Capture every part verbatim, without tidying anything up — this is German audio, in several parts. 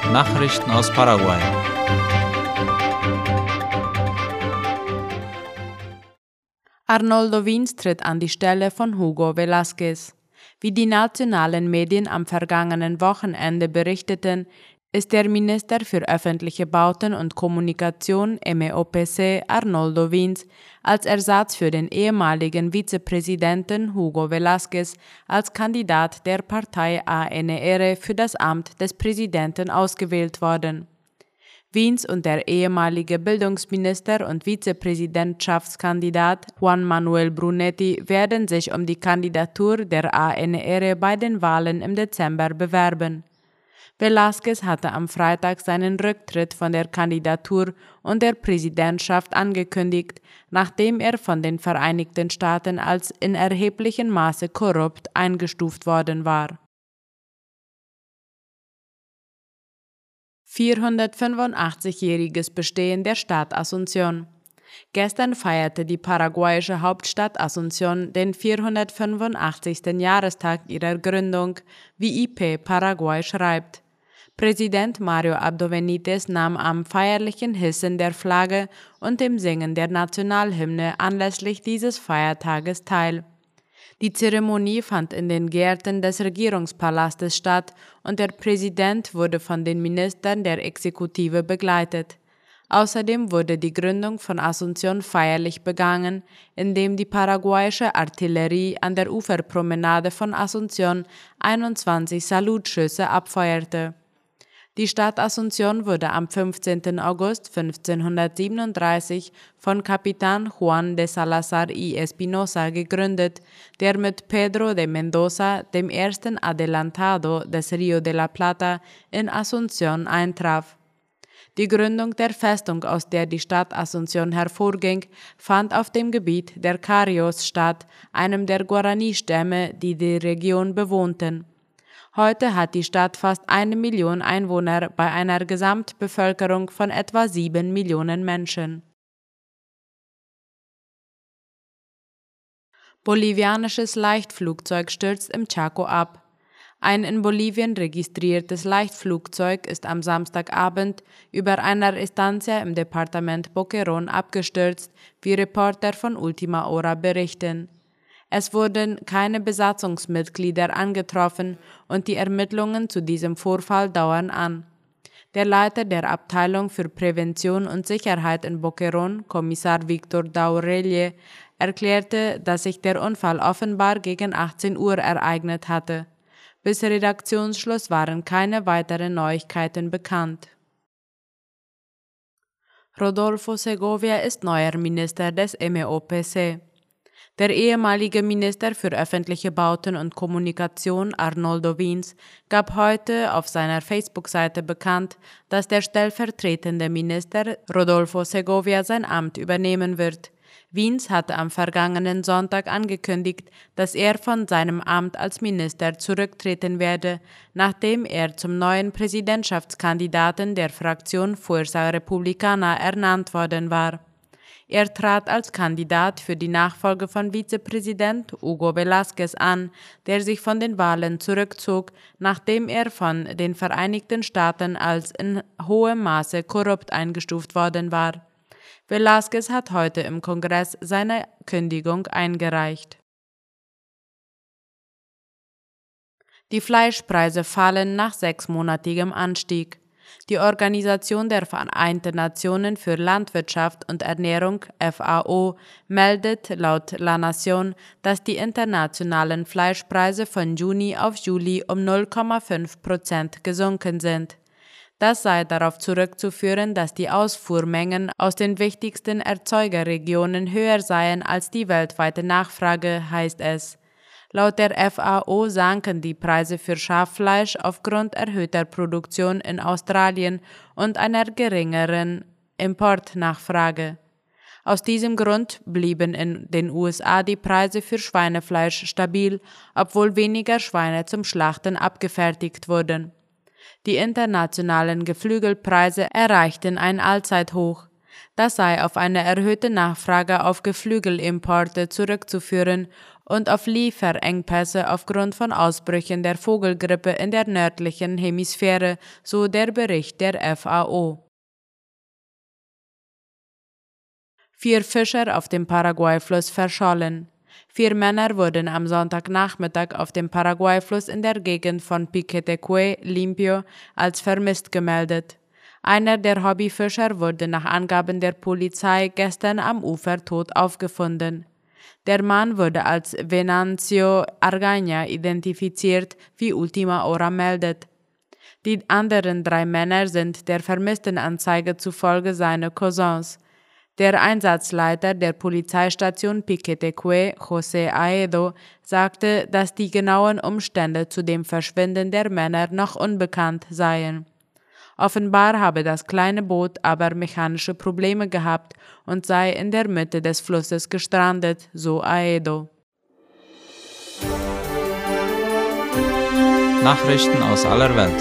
Nachrichten aus Paraguay. Arnoldo Wiens tritt an die Stelle von Hugo Velázquez. Wie die nationalen Medien am vergangenen Wochenende berichteten, ist der Minister für öffentliche Bauten und Kommunikation M O P C Arnoldo Wiens als Ersatz für den ehemaligen Vizepräsidenten Hugo Velázquez als Kandidat der Partei A N R für das Amt des Präsidenten ausgewählt worden. Wiens und der ehemalige Bildungsminister und Vizepräsidentschaftskandidat Juan Manuel Brunetti werden sich um die Kandidatur der A N R bei den Wahlen im Dezember bewerben. Velázquez hatte am Freitag seinen Rücktritt von der Kandidatur und der Präsidentschaft angekündigt, nachdem er von den Vereinigten Staaten als in erheblichem Maße korrupt eingestuft worden war. vierhundertfünfundachtzig-jähriges Bestehen der Stadt Asunción. Gestern feierte die paraguayische Hauptstadt Asunción den vierhundertfünfundachtzigsten Jahrestag ihrer Gründung, wie I P Paraguay schreibt. Präsident Mario Abdo Benítez nahm am feierlichen Hissen der Flagge und dem Singen der Nationalhymne anlässlich dieses Feiertages teil. Die Zeremonie fand in den Gärten des Regierungspalastes statt und der Präsident wurde von den Ministern der Exekutive begleitet. Außerdem wurde die Gründung von Asunción feierlich begangen, indem die paraguayische Artillerie an der Uferpromenade von Asunción einundzwanzig Salutschüsse abfeuerte. Die Stadt Asunción wurde am fünfzehnten August fünfzehnhundertsiebenunddreißig von Kapitän Juan de Salazar y Espinosa gegründet, der mit Pedro de Mendoza, dem ersten Adelantado des Río de la Plata, in Asunción eintraf. Die Gründung der Festung, aus der die Stadt Asunción hervorging, fand auf dem Gebiet der Carios statt, einem der Guarani-Stämme, die die Region bewohnten. Heute hat die Stadt fast eine Million Einwohner bei einer Gesamtbevölkerung von etwa sieben Millionen Menschen. Bolivianisches Leichtflugzeug stürzt im Chaco ab. Ein in Bolivien registriertes Leichtflugzeug ist am Samstagabend über einer Estancia im Departement Boquerón abgestürzt, wie Reporter von Ultima Hora berichten. Es wurden keine Besatzungsmitglieder angetroffen und die Ermittlungen zu diesem Vorfall dauern an. Der Leiter der Abteilung für Prävention und Sicherheit in Boquerón, Kommissar Victor Daurelle, erklärte, dass sich der Unfall offenbar gegen achtzehn Uhr ereignet hatte. Bis Redaktionsschluss waren keine weiteren Neuigkeiten bekannt. Rodolfo Segovia ist neuer Minister des M O P C. Der ehemalige Minister für öffentliche Bauten und Kommunikation Arnoldo Wiens gab heute auf seiner Facebook-Seite bekannt, dass der stellvertretende Minister Rodolfo Segovia sein Amt übernehmen wird. Wiens hatte am vergangenen Sonntag angekündigt, dass er von seinem Amt als Minister zurücktreten werde, nachdem er zum neuen Präsidentschaftskandidaten der Fraktion Fuerza Republicana ernannt worden war. Er trat als Kandidat für die Nachfolge von Vizepräsident Hugo Velázquez an, der sich von den Wahlen zurückzog, nachdem er von den Vereinigten Staaten als in hohem Maße korrupt eingestuft worden war. Velázquez hat heute im Kongress seine Kündigung eingereicht. Die Fleischpreise fallen nach sechsmonatigem Anstieg. Die Organisation der Vereinten Nationen für Landwirtschaft und Ernährung F A O meldet laut La Nación, dass die internationalen Fleischpreise von Juni auf Juli um null Komma fünf Prozent gesunken sind. Das sei darauf zurückzuführen, dass die Ausfuhrmengen aus den wichtigsten Erzeugerregionen höher seien als die weltweite Nachfrage, heißt es. Laut der F A O sanken die Preise für Schaffleisch aufgrund erhöhter Produktion in Australien und einer geringeren Importnachfrage. Aus diesem Grund blieben in den U S A die Preise für Schweinefleisch stabil, obwohl weniger Schweine zum Schlachten abgefertigt wurden. Die internationalen Geflügelpreise erreichten ein Allzeithoch. Das sei auf eine erhöhte Nachfrage auf Geflügelimporte zurückzuführen und auf Lieferengpässe aufgrund von Ausbrüchen der Vogelgrippe in der nördlichen Hemisphäre, so der Bericht der F A O. Vier Fischer auf dem Paraguay-Fluss verschollen. Vier Männer wurden am Sonntagnachmittag auf dem Paraguay-Fluss in der Gegend von Piqueteque, Limpio, als vermisst gemeldet. Einer der Hobbyfischer wurde nach Angaben der Polizei gestern am Ufer tot aufgefunden. Der Mann wurde als Venancio Argaña identifiziert, wie Ultima Hora meldet. Die anderen drei Männer sind der Vermisstenanzeige zufolge seine Cousins. Der Einsatzleiter der Polizeistation Piqueteque, José Aedo, sagte, dass die genauen Umstände zu dem Verschwinden der Männer noch unbekannt seien. Offenbar habe das kleine Boot aber mechanische Probleme gehabt und sei in der Mitte des Flusses gestrandet, so Aedo. Nachrichten aus aller Welt.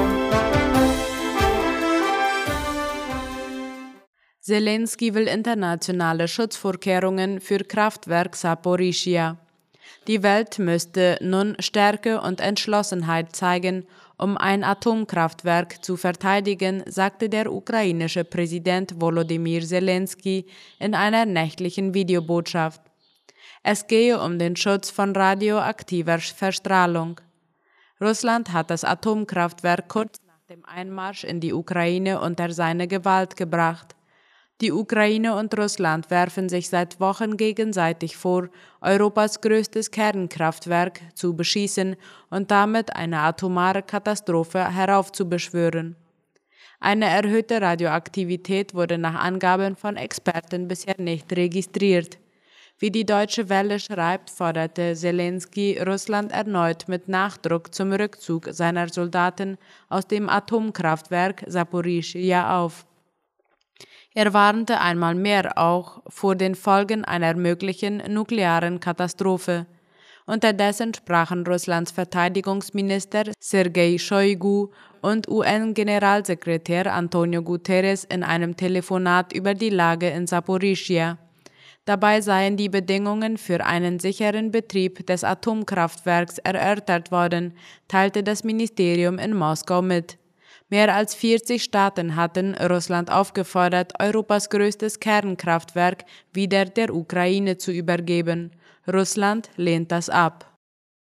Zelensky will internationale Schutzvorkehrungen für Kraftwerk Saporischschja. Die Welt müsste nun Stärke und Entschlossenheit zeigen, um ein Atomkraftwerk zu verteidigen, sagte der ukrainische Präsident Volodymyr Zelensky in einer nächtlichen Videobotschaft. Es gehe um den Schutz von radioaktiver Verstrahlung. Russland hat das Atomkraftwerk kurz nach dem Einmarsch in die Ukraine unter seine Gewalt gebracht. Die Ukraine und Russland werfen sich seit Wochen gegenseitig vor, Europas größtes Kernkraftwerk zu beschießen und damit eine atomare Katastrophe heraufzubeschwören. Eine erhöhte Radioaktivität wurde nach Angaben von Experten bisher nicht registriert. Wie die Deutsche Welle schreibt, forderte Zelensky Russland erneut mit Nachdruck zum Rückzug seiner Soldaten aus dem Atomkraftwerk Saporischschja auf. Er warnte einmal mehr auch vor den Folgen einer möglichen nuklearen Katastrophe. Unterdessen sprachen Russlands Verteidigungsminister Sergei Shoigu und U N-Generalsekretär Antonio Guterres in einem Telefonat über die Lage in Saporischschja. Dabei seien die Bedingungen für einen sicheren Betrieb des Atomkraftwerks erörtert worden, teilte das Ministerium in Moskau mit. Mehr als vierzig Staaten hatten Russland aufgefordert, Europas größtes Kernkraftwerk wieder der Ukraine zu übergeben. Russland lehnt das ab.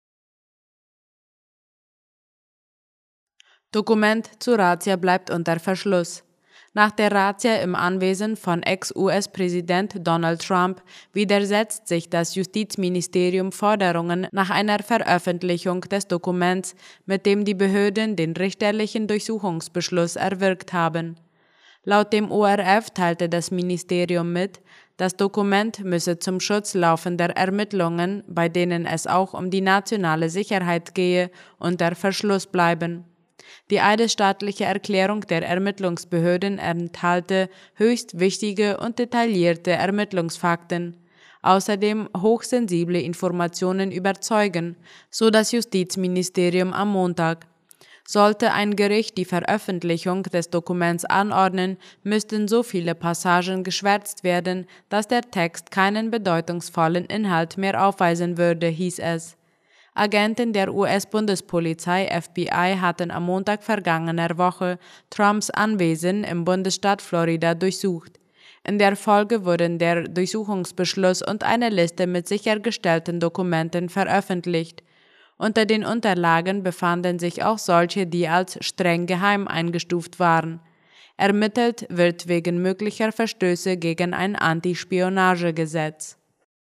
Dokument zur Razzia bleibt unter Verschluss. Nach der Razzia im Anwesen von Ex-U S-Präsident Donald Trump widersetzt sich das Justizministerium Forderungen nach einer Veröffentlichung des Dokuments, mit dem die Behörden den richterlichen Durchsuchungsbeschluss erwirkt haben. Laut dem O R F teilte das Ministerium mit, das Dokument müsse zum Schutz laufender Ermittlungen, bei denen es auch um die nationale Sicherheit gehe, unter Verschluss bleiben. Die eidesstattliche Erklärung der Ermittlungsbehörden enthalte höchst wichtige und detaillierte Ermittlungsfakten, außerdem hochsensible Informationen über Zeugen, so das Justizministerium am Montag. Sollte ein Gericht die Veröffentlichung des Dokuments anordnen, müssten so viele Passagen geschwärzt werden, dass der Text keinen bedeutungsvollen Inhalt mehr aufweisen würde, hieß es. Agenten der U S-Bundespolizei F B I hatten am Montag vergangener Woche Trumps Anwesen im Bundesstaat Florida durchsucht. In der Folge wurden der Durchsuchungsbeschluss und eine Liste mit sichergestellten Dokumenten veröffentlicht. Unter den Unterlagen befanden sich auch solche, die als streng geheim eingestuft waren. Ermittelt wird wegen möglicher Verstöße gegen ein Antispionagegesetz.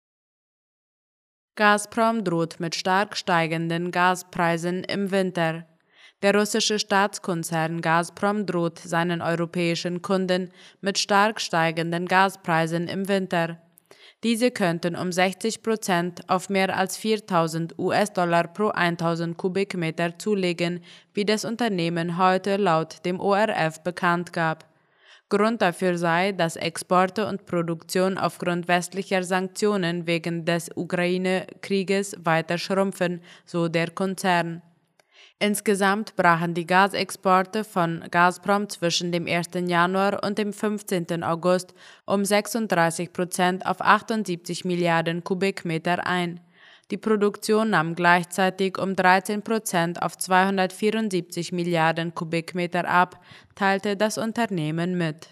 Gazprom droht mit stark steigenden Gaspreisen im Winter. Der russische Staatskonzern Gazprom droht seinen europäischen Kunden mit stark steigenden Gaspreisen im Winter. Diese könnten um sechzig Prozent auf mehr als viertausend U S-Dollar pro tausend Kubikmeter zulegen, wie das Unternehmen heute laut dem O R F bekannt gab. Grund dafür sei, dass Exporte und Produktion aufgrund westlicher Sanktionen wegen des Ukraine-Krieges weiter schrumpfen, so der Konzern. Insgesamt brachen die Gasexporte von Gazprom zwischen dem ersten Januar und dem fünfzehnten August um sechsunddreißig Prozent auf achtundsiebzig Milliarden Kubikmeter ein. Die Produktion nahm gleichzeitig um dreizehn Prozent auf zweihundertvierundsiebzig Milliarden Kubikmeter ab, teilte das Unternehmen mit.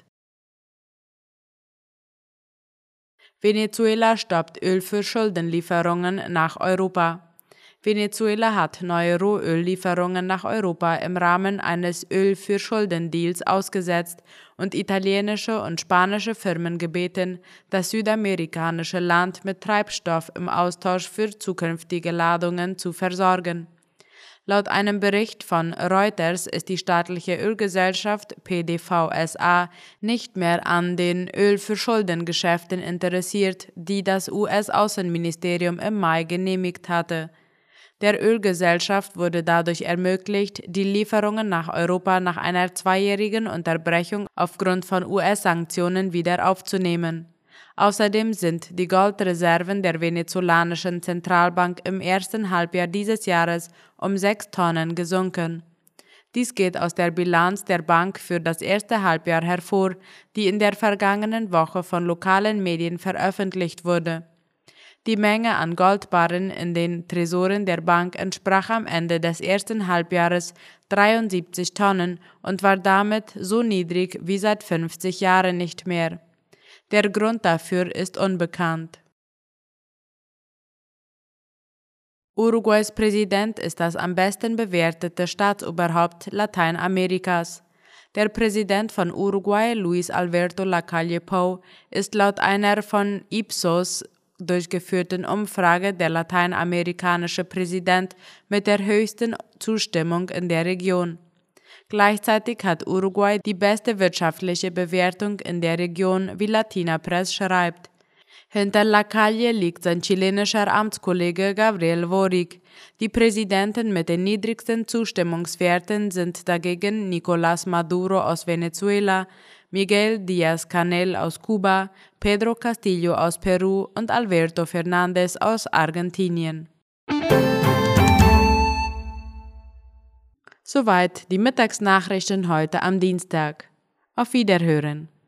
Venezuela stoppt Öl für Schuldenlieferungen nach Europa. Venezuela hat neue Rohöllieferungen nach Europa im Rahmen eines Öl-für-Schulden-Deals ausgesetzt und italienische und spanische Firmen gebeten, das südamerikanische Land mit Treibstoff im Austausch für zukünftige Ladungen zu versorgen. Laut einem Bericht von Reuters ist die staatliche Ölgesellschaft P D V S A nicht mehr an den Öl-für-Schulden-Geschäften interessiert, die das U S-Außenministerium im Mai genehmigt hatte. Der Ölgesellschaft wurde dadurch ermöglicht, die Lieferungen nach Europa nach einer zweijährigen Unterbrechung aufgrund von U S-Sanktionen wieder aufzunehmen. Außerdem sind die Goldreserven der venezolanischen Zentralbank im ersten Halbjahr dieses Jahres um sechs Tonnen gesunken. Dies geht aus der Bilanz der Bank für das erste Halbjahr hervor, die in der vergangenen Woche von lokalen Medien veröffentlicht wurde. Die Menge an Goldbarren in den Tresoren der Bank entsprach am Ende des ersten Halbjahres dreiundsiebzig Tonnen und war damit so niedrig wie seit fünfzig Jahren nicht mehr. Der Grund dafür ist unbekannt. Uruguays Präsident ist das am besten bewertete Staatsoberhaupt Lateinamerikas. Der Präsident von Uruguay, Luis Alberto Lacalle Pou, ist laut einer von Ipsos durchgeführten Umfrage der lateinamerikanische Präsident mit der höchsten Zustimmung in der Region. Gleichzeitig hat Uruguay die beste wirtschaftliche Bewertung in der Region, wie Latina Press schreibt. Hinter Lacalle liegt sein chilenischer Amtskollege Gabriel Boric. Die Präsidenten mit den niedrigsten Zustimmungswerten sind dagegen Nicolás Maduro aus Venezuela, Miguel Díaz-Canel aus Kuba, Pedro Castillo aus Peru und Alberto Fernández aus Argentinien. Soweit die Mittagsnachrichten heute am Dienstag. Auf Wiederhören.